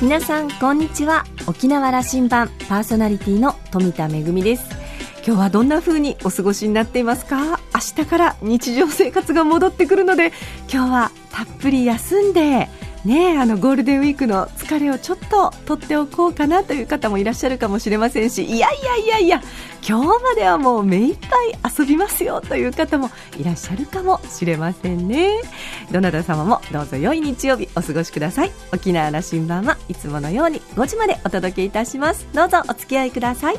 皆さんこんにちは。沖縄羅針盤パーソナリティの富田恵です。今日はどんな風にお過ごしになっていますか？明日から日常生活が戻ってくるので、今日はたっぷり休んでね、ゴールデンウィークの疲れをちょっと取っておこうかなという方もいらっしゃるかもしれませんし、いや今日まではもう目いっぱい遊びますよという方もいらっしゃるかもしれませんね。どなた様もどうぞ良い日曜日お過ごしください。沖縄羅針盤はいつものように5時までお届けいたします。どうぞお付き合いください。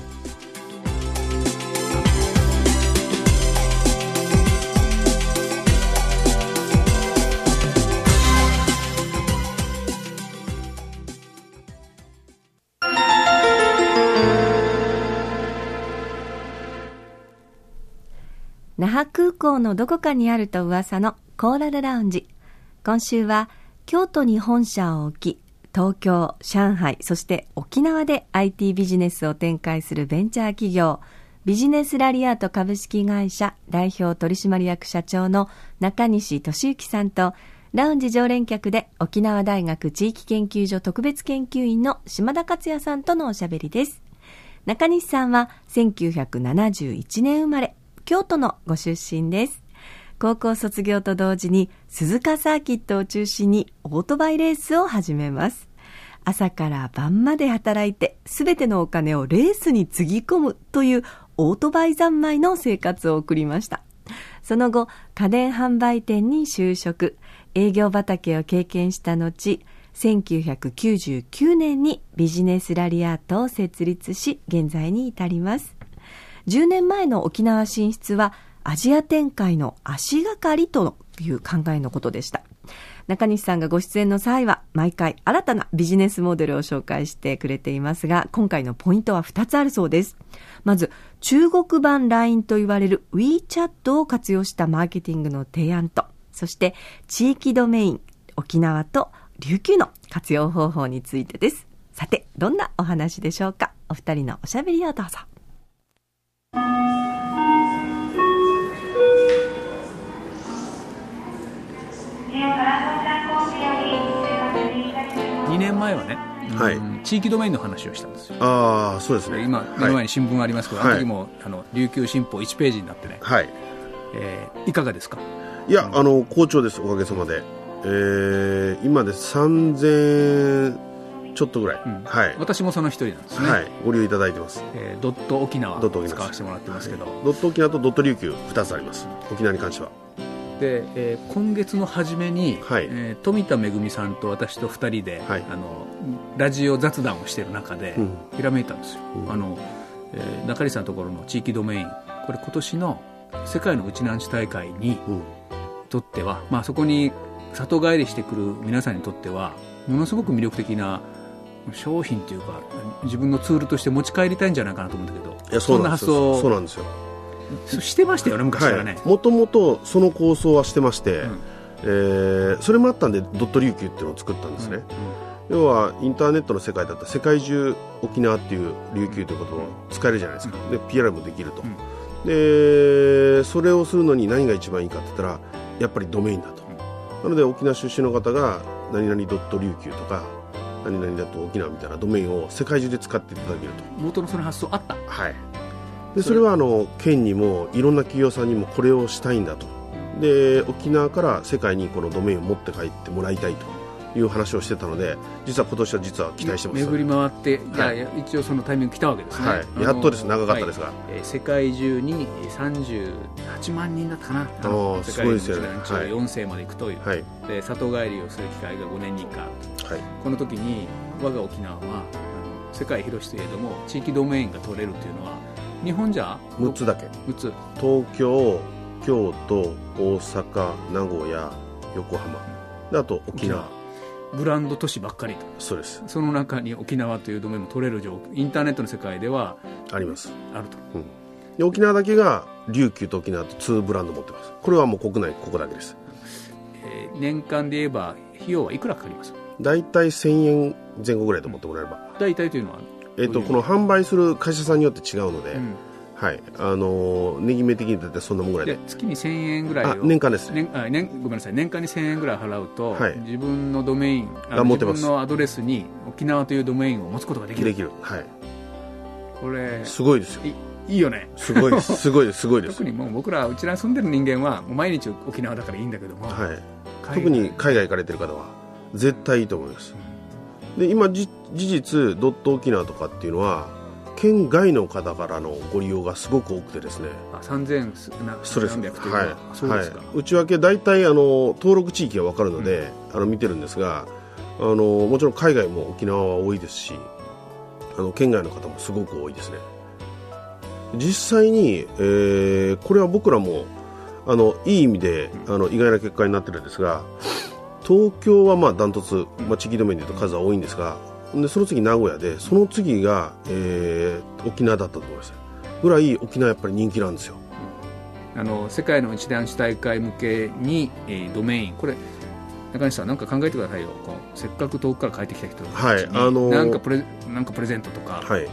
那覇空港のどこかにあると噂のコーラルラウンジ。今週は京都に本社を置き、東京、上海、そして沖縄で IT ビジネスを展開するベンチャー企業、ビジネスラリアート株式会社代表取締役社長の中西俊之さんと、ラウンジ常連客で沖縄大学地域研究所特別研究員の島田克也さんとのおしゃべりです。中西さんは1971年生まれ、京都のご出身です。高校卒業と同時に鈴鹿サーキットを中心にオートバイレースを始めます。朝から晩まで働いて全てのお金をレースにつぎ込むというオートバイ三昧の生活を送りました。その後、家電販売店に就職、営業畑を経験した後、1999年にビジネスラリアートを設立し、現在に至ります。10年前の沖縄進出はアジア展開の足がかりという考えのことでした。中西さんがご出演の際は毎回新たなビジネスモデルを紹介してくれていますが、今回のポイントは2つあるそうです。まず、中国版 LINE と言われる WeChat を活用したマーケティングの提案と、そして地域ドメイン沖縄と琉球の活用方法についてです。さて、どんなお話でしょうか？お二人のおしゃべりをどうぞ。 2年前はね、 はい、 地域ドメインの話をしたんですよ。 ああ、そうですね。 今目の前に新聞がありますけど、あの時も琉球新報1ページになってね、 はい、 いかがですか？ いや、好調です、おかげさまで。今で3000ちょっとぐらい、はい、 私もその一人なんですね。 はい、ご利用いただいてます。 ドット沖縄使わせてもらってますけど、 ドット沖縄とドット琉球2つあります、沖縄に関しては。 で、今月の初めに、 はい、 富田恵さんと私と2人で、はい、ラジオ雑談をしている中で、ひらめいたんですよ。中西さんのところの地域ドメイン、これ今年の世界のウチナンチ大会にとっては、まあ、そこに里帰りしてくる皆さんにとってはものすごく魅力的な商品というか、自分のツールとして持ち帰りたいんじゃないかなと思うんだけど、 いや、そんな発想そうなんですよ。 してましたよね、昔からね。 もともとその構想はしてまして、それもあったんでドット琉球っていうのを作ったんですね。要はインターネットの世界だったら世界中沖縄っていう琉球ということを使えるじゃないですか。で PR もできると、でそれをするのに何が一番いいかって言ったらやっぱりドメインだと。なので沖縄出身の方が何々ドット琉球とか何々だと沖縄みたいなドメインを世界中で使っていただけると。 元のその発想あった。 はい。でそれは県にもいろんな企業さんにもこれをしたいんだと。で沖縄から世界にこのドメインを持って帰ってもらいたいという話をしてたので、実は今年は実は期待してます。 巡り回って、はい、一応そのタイミング来たわけですね。 はい、やっとです。長かったですが、 世界中に38万人だったかな。世界の4世まで行くという、はい、で里帰りをする機会が5年に1回あると、はい、この時に我が沖縄は世界広しといえども地域ドメインが取れるというのは日本じゃ 6つだけ。 6つ。 東京、京都、大阪、名古屋、横浜で、あと沖縄。 ブランド都市ばっかりと。 そうです。 その中に沖縄というドメインも取れる状況、インターネットの世界ではあります。 あると、 で沖縄だけが琉球と沖縄と2ブランド持ってます。これはもう国内ここだけです。 年間で言えば費用はいくらかかります？ だいたい1000円前後ぐらいと思ってもらえれば。 大体というのはこの販売する会社さんによって違うので、 はい、値決め的にだいたいそんなもんぐらいで月に1000円ぐらいを年間ですね。 ごめんなさい、年間に1000円ぐらい払うと、 はい、 自分のドメイン自分のアドレスに沖縄というドメインを持つことができる。 はい、 これすごいですよ。 いいよね。 すごいですすごいですすごいです。 特にもう僕らうちら住んでる人間はもう毎日沖縄だからいいんだけども、 はい、特に海外行かれてる方は絶対いいと思います。で今事実ドット沖縄とかっていうのは県外の方からのご利用がすごく多くてですね。 3000何百というのは、 はい、 そうですか。 はい、内訳大体登録地域が分かるので、見てるんですが、もちろん海外も沖縄は多いですし、県外の方もすごく多いですね。実際に、これは僕らもいい意味で意外な結果になってるんですが、東京はまあダントツ、地域ドメインでいうと数は多いんですが、でその次名古屋で、その次が、沖縄だったと思いますぐらい沖縄やっぱり人気なんですよ。 世界の一大大会向けに、ドメイン、これ中西さんなんか考えてくださいよ。せっかく遠くから帰ってきた人たちに、 はい、 なんかプレゼントとか、 はい、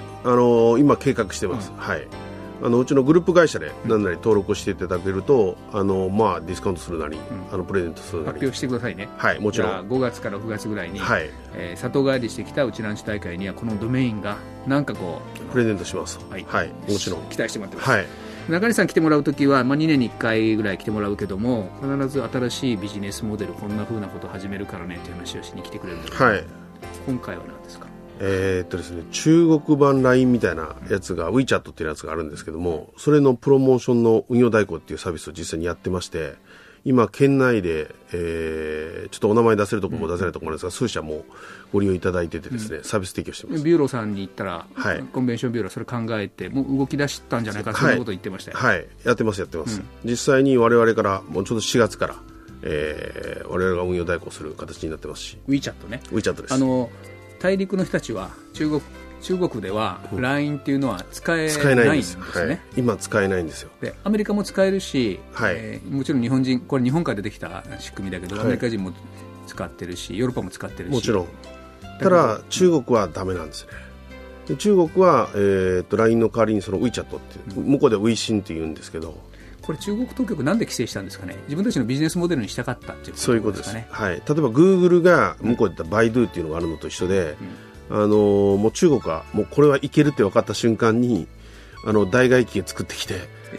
今計画してます、はい、うちのグループ会社で何なり登録していただけると、ディスカウントするなり、プレゼントするなり発表してくださいね。 はい、もちろん。 じゃあ5月から6月ぐらいに、 はい、 里帰りしてきたうちらんち大会にはこのドメインがなんかプレゼントします。 はい、 はい、もちろん期待してもらってます。 はい、 中西さん来てもらうときは、2年に1回ぐらい来てもらうけども、必ず新しいビジネスモデル、こんな風なことを始めるからねという話をしに来てくれるので、 はい、 今回は何ですか？ ですね、中国版 LINE みたいなやつが WeChat っていうやつがあるんですけども、それのプロモーションの運用代行っていうサービスを実際にやってまして、今県内で、ちょっとお名前出せるところも出せないところなんですが、数社もご利用いただいててですね、サービス提供してます。 ビューローさんに行ったら、 はい、 コンベンションビューローそれ考えてもう動き出したんじゃないか、そんなこと言ってましたよ。 はい、やってます、実際に我々からもうちょうど4月から、我々が運用代行する形になってますし、 WeChat ね。 WeChat です。 大陸の人たちは中国では LINE っていうのは使えないんですね。 はい、今使えないんですよ。 でアメリカも使えるし、 はい、 もちろん日本人、これ日本から出てきた仕組みだけど、はい、アメリカ人も使ってるしヨーロッパも使ってるし、 もちろん。ただ中国はダメなんですね。で中国は、LINE の代わりにその WeChat っていう、向こうでは WeChat って言うんですけど、 これ中国当局なんで規制したんですかね。自分たちのビジネスモデルにしたかったっていうことですかね。 そういうことです。はい、例えば Google が向こうで言ったバイドゥっていうのがあるのと一緒で、もう中国はもうこれはいけるって分かった瞬間に代替機を作ってきて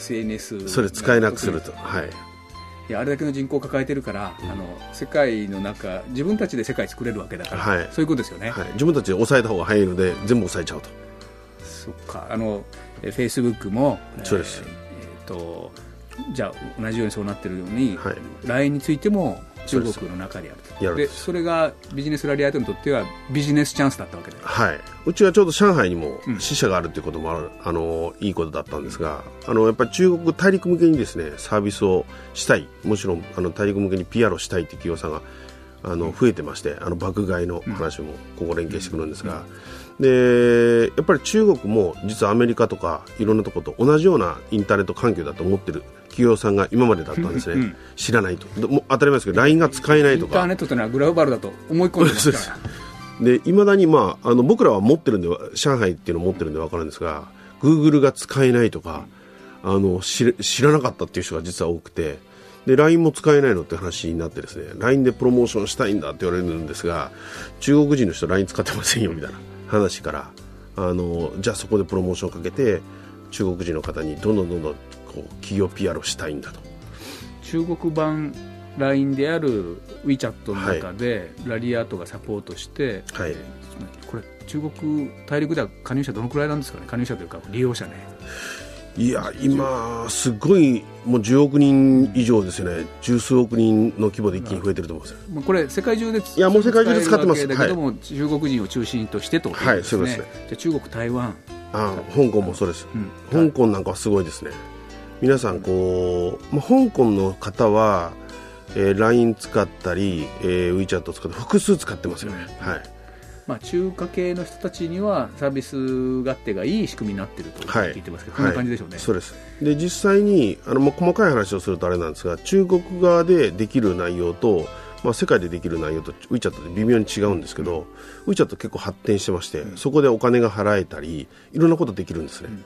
SNS それ使えなくすると。はい、 いやあれだけの人口を抱えてるから、世界の中自分たちで世界作れるわけだから、はい、そういうことですよね。 はい、自分たちで抑えた方が早いので全部抑えちゃうと。 そっか。Facebook もそうです。 じゃあ同じようにそうなってるように、はい、LINE についても中国の中でやると。でそれがビジネスラリアートにとってはビジネスチャンスだったわけで、 はい、うちはちょうど上海にも支社があるということもいいことだったんですが、やっぱり中国大陸向けにですねサービスをしたい、もちろん大陸向けに PR をしたいという企業さんが増えてまして、爆買いの話もここ連携してくるんですが、でやっぱり中国も実はアメリカとかいろんなところと同じようなインターネット環境だと思ってる企業さんが今までだったんですね。知らないと。もう当たり前ですけど LINE が使えないとか、 インターネットというのはグローバルだと思い込んでますからでいまだに、僕らは持ってるんで、上海っていうのを持ってるんで分かるんですが Google が使えないとか知らなかったっていう人が実は多くて、で LINE も使えないのって話になってですね、 LINE でプロモーションしたいんだって言われるんですが、中国人の人 LINE 使ってませんよみたいな話から、じゃあそこでプロモーションをかけて中国人の方にどんどんこう企業 PR をしたいんだと。 中国版 LINE である WeChat の中で、ラリアートがサポートして、 はい、 これ中国大陸では加入者どのくらいなんですかね。加入者というか利用者ね。 いや今すごいもう10億人以上ですよね。十数億人の規模で一気に増えてると思います。 これ世界中でいやもう世界中で使ってます。 だけども、はい、中国人を中心としてということですね。はい、そうですね。じゃあ中国台湾、 香港もそうです、香港なんかはすごいですね。皆さんこう、香港の方は、LINE 使ったり、WeChat 使って複数使ってますよね。はい。 中華系の人たちにはサービス勝手がいい仕組みになっていると聞いてますけど、こんな感じでしょうね。 そうです。で実際に細かい話をするとあれなんですが、中国側でできる内容と、世界でできる内容と WeChat って微妙に違うんですけど、WeChat 結構発展してまして、そこでお金が払えたりいろんなことできるんですね。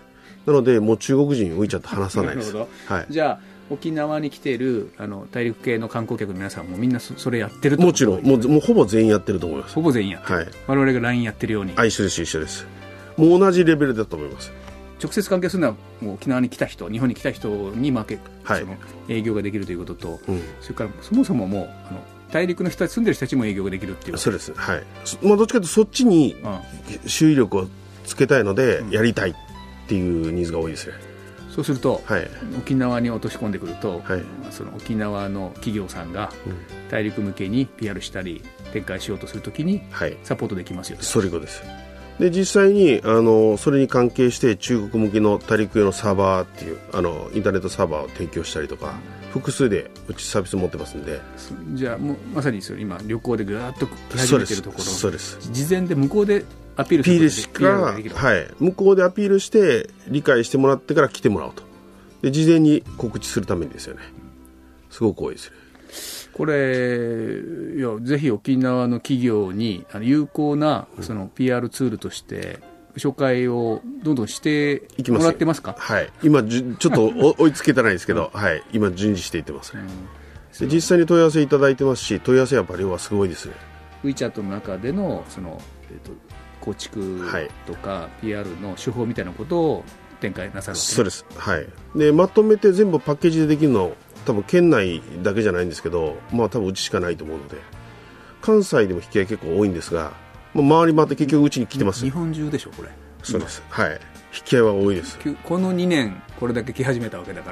なのでもう中国人ウイチャット話さないです。 なるほど、はい、じゃあ沖縄に来ている大陸系の観光客の皆さんもみんなそれやってると。 もちろんもうほぼ全員やってると思います。 ほぼ全員やってる、はい、我々が LINE やってるように。 一緒です。もう同じレベルだと思います。 直接関係するのはもう沖縄に来た人、日本に来た人にその営業ができるということと、それからそもそももう大陸の人たち、住んでる人たちも営業ができるっていう。 そうです、はい。どっちかというとそっちに注意力をつけたいのでやりたいっていうニーズが多いですね。 そうすると、沖縄に落とし込んでくると、その沖縄の企業さんが大陸向けに PR したり展開しようとするときにサポートできますよ、 そういうことです。で実際にそれに関係して中国向けの大陸用のサーバーっていうインターネットサーバーを提供したりとか、複数でうちサービス持ってますんで。 じゃあもうまさにそれ今旅行でぐーっと来始めてるところ、 そうです。 事前で向こうでアピールすることができる。 はい、向こうでアピールして理解してもらってから来てもらおうと。で事前に告知するためにですよね。すごく多いですね。 これぜひ沖縄の企業に有効なその PR ツールとして紹介をどんどんしてもらってますか？ はい、今ちょっと追いつけてないですけど、はい、今順次していってます、で実際に問い合わせいただいてますし、問い合わせやっぱり量はすごいですね。 WeChat の中での構築とか PR の手法みたいなことを展開なさるわけです。 そうです、はい、でまとめて全部パッケージでできるの多分県内だけじゃないんですけど、多分うちしかないと思うので、関西でも引き合い結構多いんですが、回り回って結局うちに来てます。 日本中でしょこれ。 そうです、はい、引き合いは多いです。 この2年これだけ来始めたわけだから、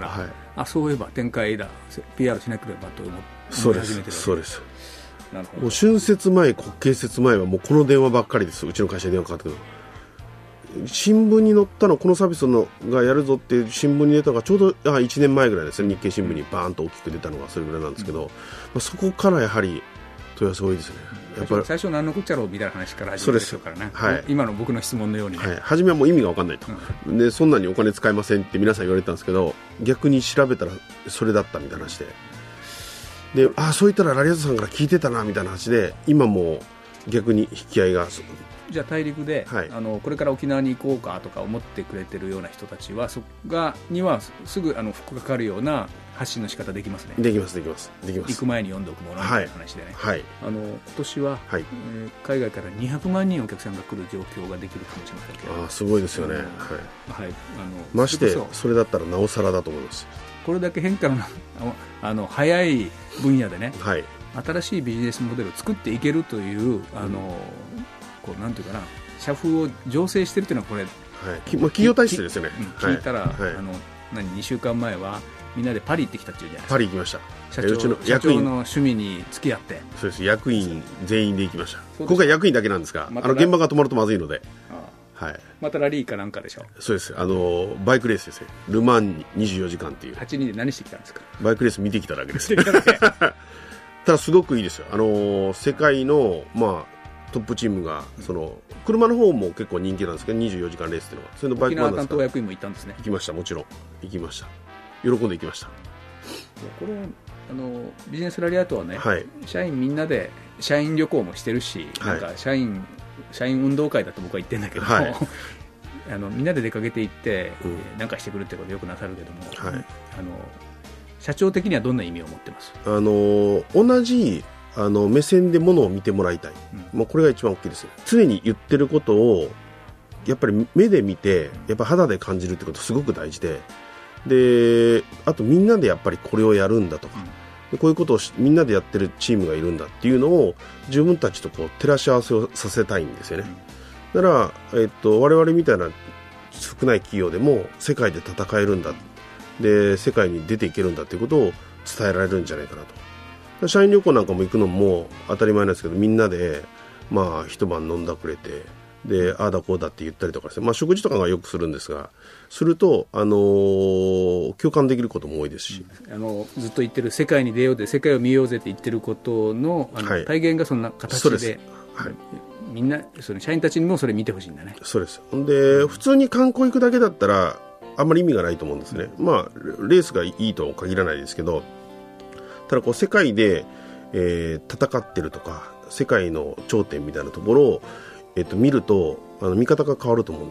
そういえば展開だ PR しなければと思い始めてるわけです。 そうです。 なるほど。 もう春節前国慶節前はもうこの電話ばっかりです。うちの会社に電話かかってくる。新聞に載ったの、このサービスのがやるぞっていう新聞に出たのがちょうど1年前ぐらいですね。日経新聞にバーンと大きく出たのがそれぐらいなんですけど、そこからやはり問い合わせ多いですね。 やっぱり最初何のこっちゃろうみたいな話から始めるでしょうからね、はい、今の僕の質問のようにね、 初めはもう意味が分かんないと、でそんなにお金使えませんって皆さん言われたんですけど、逆に調べたらそれだったみたいな話で、そういったらラリアットさんから聞いてたなみたいな話で、今も逆に引き合いが。 じゃあ大陸で、これから沖縄に行こうかとか思ってくれてるような人たちはにはすぐ服がかかるような発信の仕方できますね。 できます。 行く前に読んでおくものみたいな話でね、今年は、海外から200万人お客さんが来る状況ができるかもしれませんけど、 すごいですよね、ましてそれだったらなおさらだと思います。 これだけ変化の早い分野でね、新しいビジネスモデルを作っていけるというなんていうかな、社風を醸成してるっていうのはこれ、 企業体質ですよね。 聞いたら、2週間前はみんなでパリ行ってきたっていうじゃないですか。 パリ行きました。 社長の趣味に付き合って。 そうです、役員全員で行きました。今回役員だけなんですが、現場が止まるとまずいので。 またラリーかなんかでしょ。 そうです、バイクレースですね。ルマン24時間っていう。 8人で何してきたんですか？ バイクレース見てきただけですただすごくいいですよ。世界のトップチームが車の方も結構人気なんですけど、24時間レースっていうのは、それのバイクマンなんですか。 沖縄担当役員も行ったんですね。 行きました、もちろん行きました。喜んで行きました。 これビジネスラリアートはね、社員みんなで社員旅行もしてるし、なんか社員運動会だと僕は言ってるんだけど、みんなで出かけて行ってなんかしてくるってことよくなさるけども、社長的にはどんな意味を持ってます？ 同じ目線でものを見てもらいたい、これが一番大きいですね。常に言ってることをやっぱり目で見て、やっぱ肌で感じるってことすごく大事で、あとみんなでやっぱりこれをやるんだとか、こういうことをみんなでやってるチームがいるんだっていうのを自分たちと照らし合わせをさせたいんですよね。だから、我々みたいな少ない企業でも世界で戦えるんだ、で世界に出ていけるんだっていうことを伝えられるんじゃないかなと。社員旅行なんかも行くのも当たり前なんですけど、みんなで一晩飲んだくれて、でああだこうだって言ったりとかですね、食事とかがよくするんですが、すると共感できることも多いですし、 ずっと言ってる世界に出ようぜ、世界を見ようぜって言ってることの、体現がそんな形で、みんなその社員たちにもそれ見てほしいんだね。 そうです。で普通に観光行くだけだったらあんまり意味がないと思うんですね。レースがいいとは限らないですけど、ただ世界で、戦ってるとか世界の頂点みたいなところを、見ると見方が変わると思うんですね。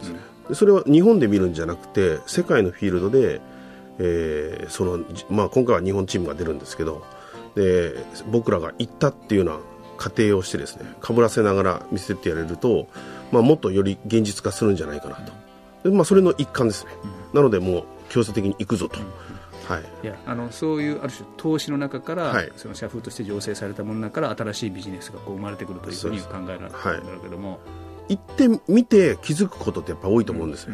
それは日本で見るんじゃなくて世界のフィールドで、今回は日本チームが出るんですけど、で僕らが行ったっていうような過程をしてですね、かぶらせながら見せてやれると、もっとより現実化するんじゃないかなと。で、それの一環ですね。なのでもう強制的に行くぞと。はい、いやそういうある種投資の中から、その社風として醸成されたものの中から新しいビジネスが生まれてくるというふうに考えられるんだけども、 行ってみて気づくことってやっぱ多いと思うんですね。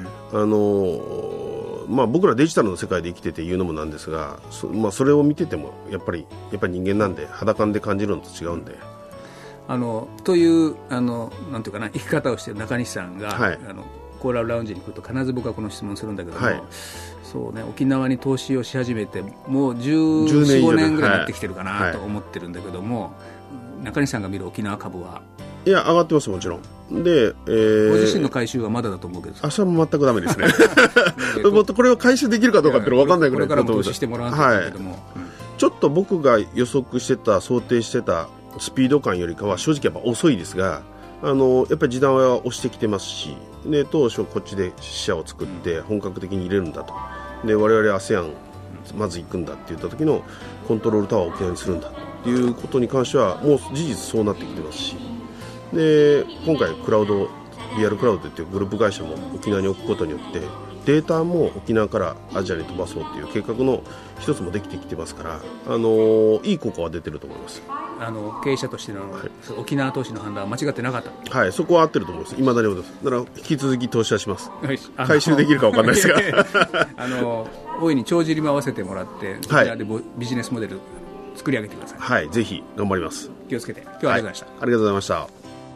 僕らデジタルの世界で生きてて言うのもなんですが、それを見ててもやっぱり人間なんで肌感で感じるのと違うんで、 というなんていうかな生き方をしている中西さんが、コーラルラウンジに来ると必ず僕はこの質問するんだけども、そうね、沖縄に投資をし始めてもう14、15年ぐらいになってきてるかなと思ってるんだけども、中西さんが見る沖縄株はいや上がってます、もちろんで、 ご自身の回収はまだだと思うけど、 明日も全くダメですねこれを回収できるかどうかっていうのは分かんないぐらい、 これからも投資してもらわないといけないけども、 ちょっと僕が予測してた想定してたスピード感よりかは正直やっぱ遅いですが、やっぱり時代は押してきてますし、で当初こっちで支社を作って本格的に入れるんだと、で我々 ASEAN まず行くんだって言った時のコントロールタワーを沖縄にするんだっていうことに関してはもう事実そうなってきてますし、で今回クラウドリアルクラウドっていうグループ会社も沖縄に置くことによってデータも沖縄からアジアに飛ばそうっていう計画の一つもできてきてますから、いい効果は出てると思います。 経営者としての、沖縄投資の判断は間違ってなかった。 はい、そこは合ってると思います。未だに思います。だから引き続き投資はします。回収できるか分かんないですが大いに帳尻も合わせてもらって沖縄でビジネスモデル作り上げてください。 はい、ぜひ頑張ります。 気をつけて。今日はありがとうございました。 ありがとうございました。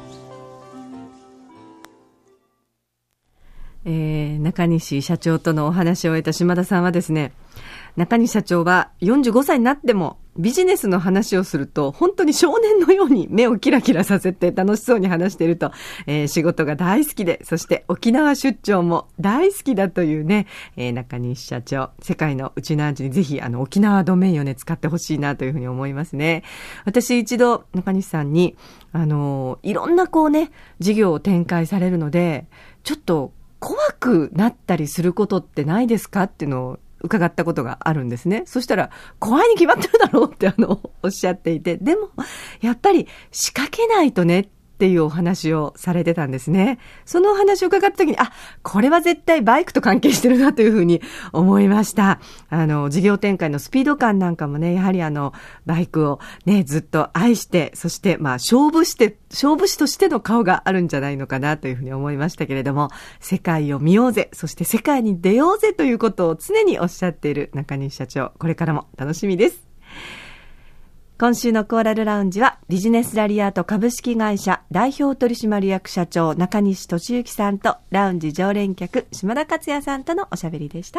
中西社長とのお話を終えた島田さんはですね、中西社長は45歳になってもビジネスの話をすると本当に少年のように目をキラキラさせて楽しそうに話していると、仕事が大好きで、そして沖縄出張も大好きだというね、中西社長、世界のうちのアンチにぜひ沖縄ドメインをね使ってほしいなというふうに思いますね。私一度中西さんにいろんな事業を展開されるのでちょっと怖くなったりすることってないですかっていうのを伺ったことがあるんですね。そしたら怖いに決まってるだろうっておっしゃっていて、でもやっぱり仕掛けないとねっていうお話をされてたんですね。そのお話を伺った時に、これは絶対バイクと関係してるなというふうに思いました。事業展開のスピード感なんかもね、やはりバイクをね、ずっと愛して、そして勝負師としての顔があるんじゃないのかなというふうに思いましたけれども、世界を見ようぜ、そして世界に出ようぜということを常におっしゃっている中西社長、これからも楽しみです。今週のコーラルラウンジはビジネスラリアート株式会社代表取締役社長中西俊之さんとラウンジ常連客島田克也さんとのおしゃべりでした。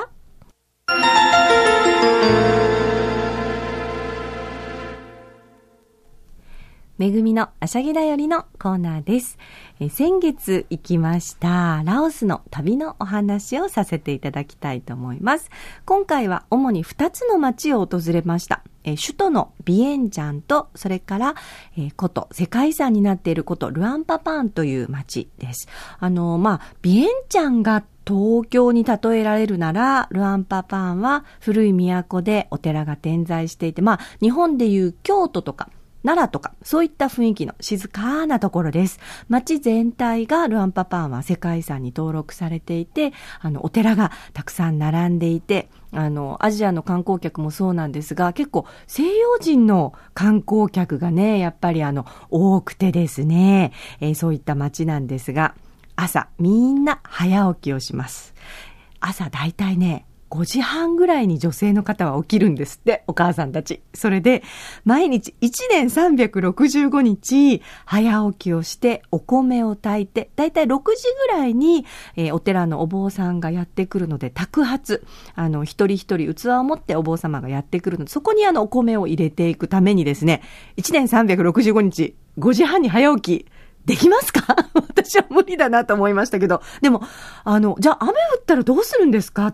めぐみのあしゃぎだよりのコーナーです。先月行きましたラオスの旅のお話をさせていただきたいと思います。今回は主に2つの町を訪れました。首都のビエンチャンと、それから、世界遺産になっているルアンパパーンという町です。ビエンチャンが東京に例えられるなら、ルアンパパーンは古い都でお寺が点在していて、日本でいう京都とか、奈良とかそういった雰囲気の静かなところです。街全体がルアンパパーンは世界遺産に登録されていて、お寺がたくさん並んでいて、アジアの観光客もそうなんですが、結構西洋人の観光客がね、やっぱり多くてですね、そういった街なんですが、朝みんな早起きをします。朝だいたいね、5時半ぐらいに女性の方は起きるんですって、お母さんたち。それで、毎日1年365日、早起きをしてお米を炊いて、だいたい6時ぐらいに、お寺のお坊さんがやってくるので、托鉢、一人一人器を持ってお坊様がやってくるので、そこにお米を入れていくためにですね、1年365日、5時半に早起き、できますか？私は無理だなと思いましたけど、でも、じゃあ雨降ったらどうするんですか？って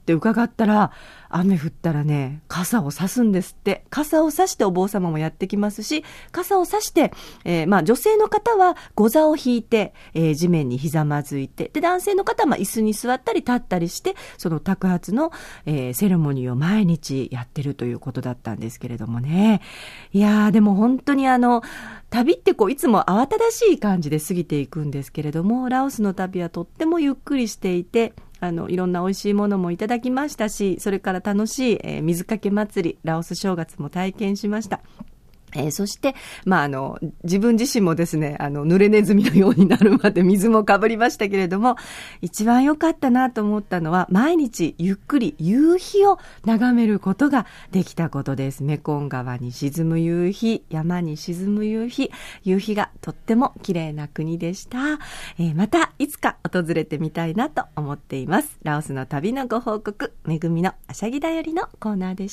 って伺ったら、雨降ったらね、傘を差すんですって。傘を差してお坊様もやってきますし、傘を差して、女性の方は御座を引いて、地面にひざまずいて、で、男性の方は椅子に座ったり立ったりして、その托鉢の、セレモニーを毎日やってるということだったんですけれどもね。いやー、でも本当に旅っていつも慌ただしい感じで過ぎていくんですけれども、ラオスの旅はとってもゆっくりしていて、いろんな美味しいものもいただきましたし、それから楽しい、水かけ祭り、ラオス正月も体験しました。そして、自分自身もですね、濡れネズミのようになるまで水もかぶりましたけれども、一番良かったなと思ったのは、毎日ゆっくり夕日を眺めることができたことです。メコン川に沈む夕日、山に沈む夕日、夕日がとっても綺麗な国でした。またいつか訪れてみたいなと思っています。ラオスの旅のご報告、めぐみのあしゃぎだよりのコーナーでした。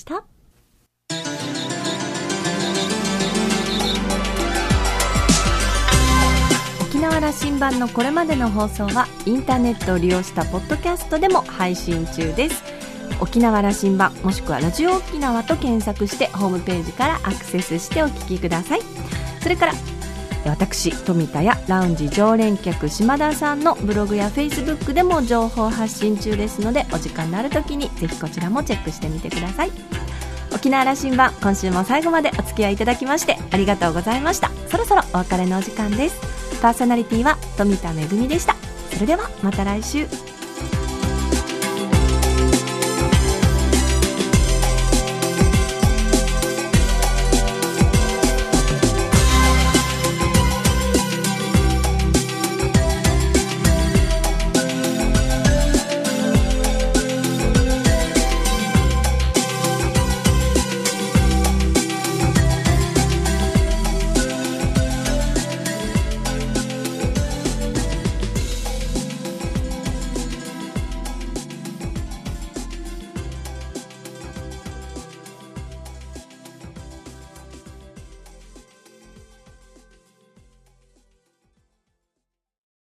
沖縄羅針盤のこれまでの放送はインターネットを利用したポッドキャストでも配信中です。沖縄羅針盤もしくはラジオ沖縄と検索してホームページからアクセスしてお聞きください。それから私富田やラウンジ常連客島田さんのブログやフェイスブックでも情報発信中ですので、お時間のある時にぜひこちらもチェックしてみてください。沖縄羅針盤、今週も最後までお付き合いいただきましてありがとうございました。そろそろお別れのお時間です。パーソナリティは富田恵でした。それではまた来週。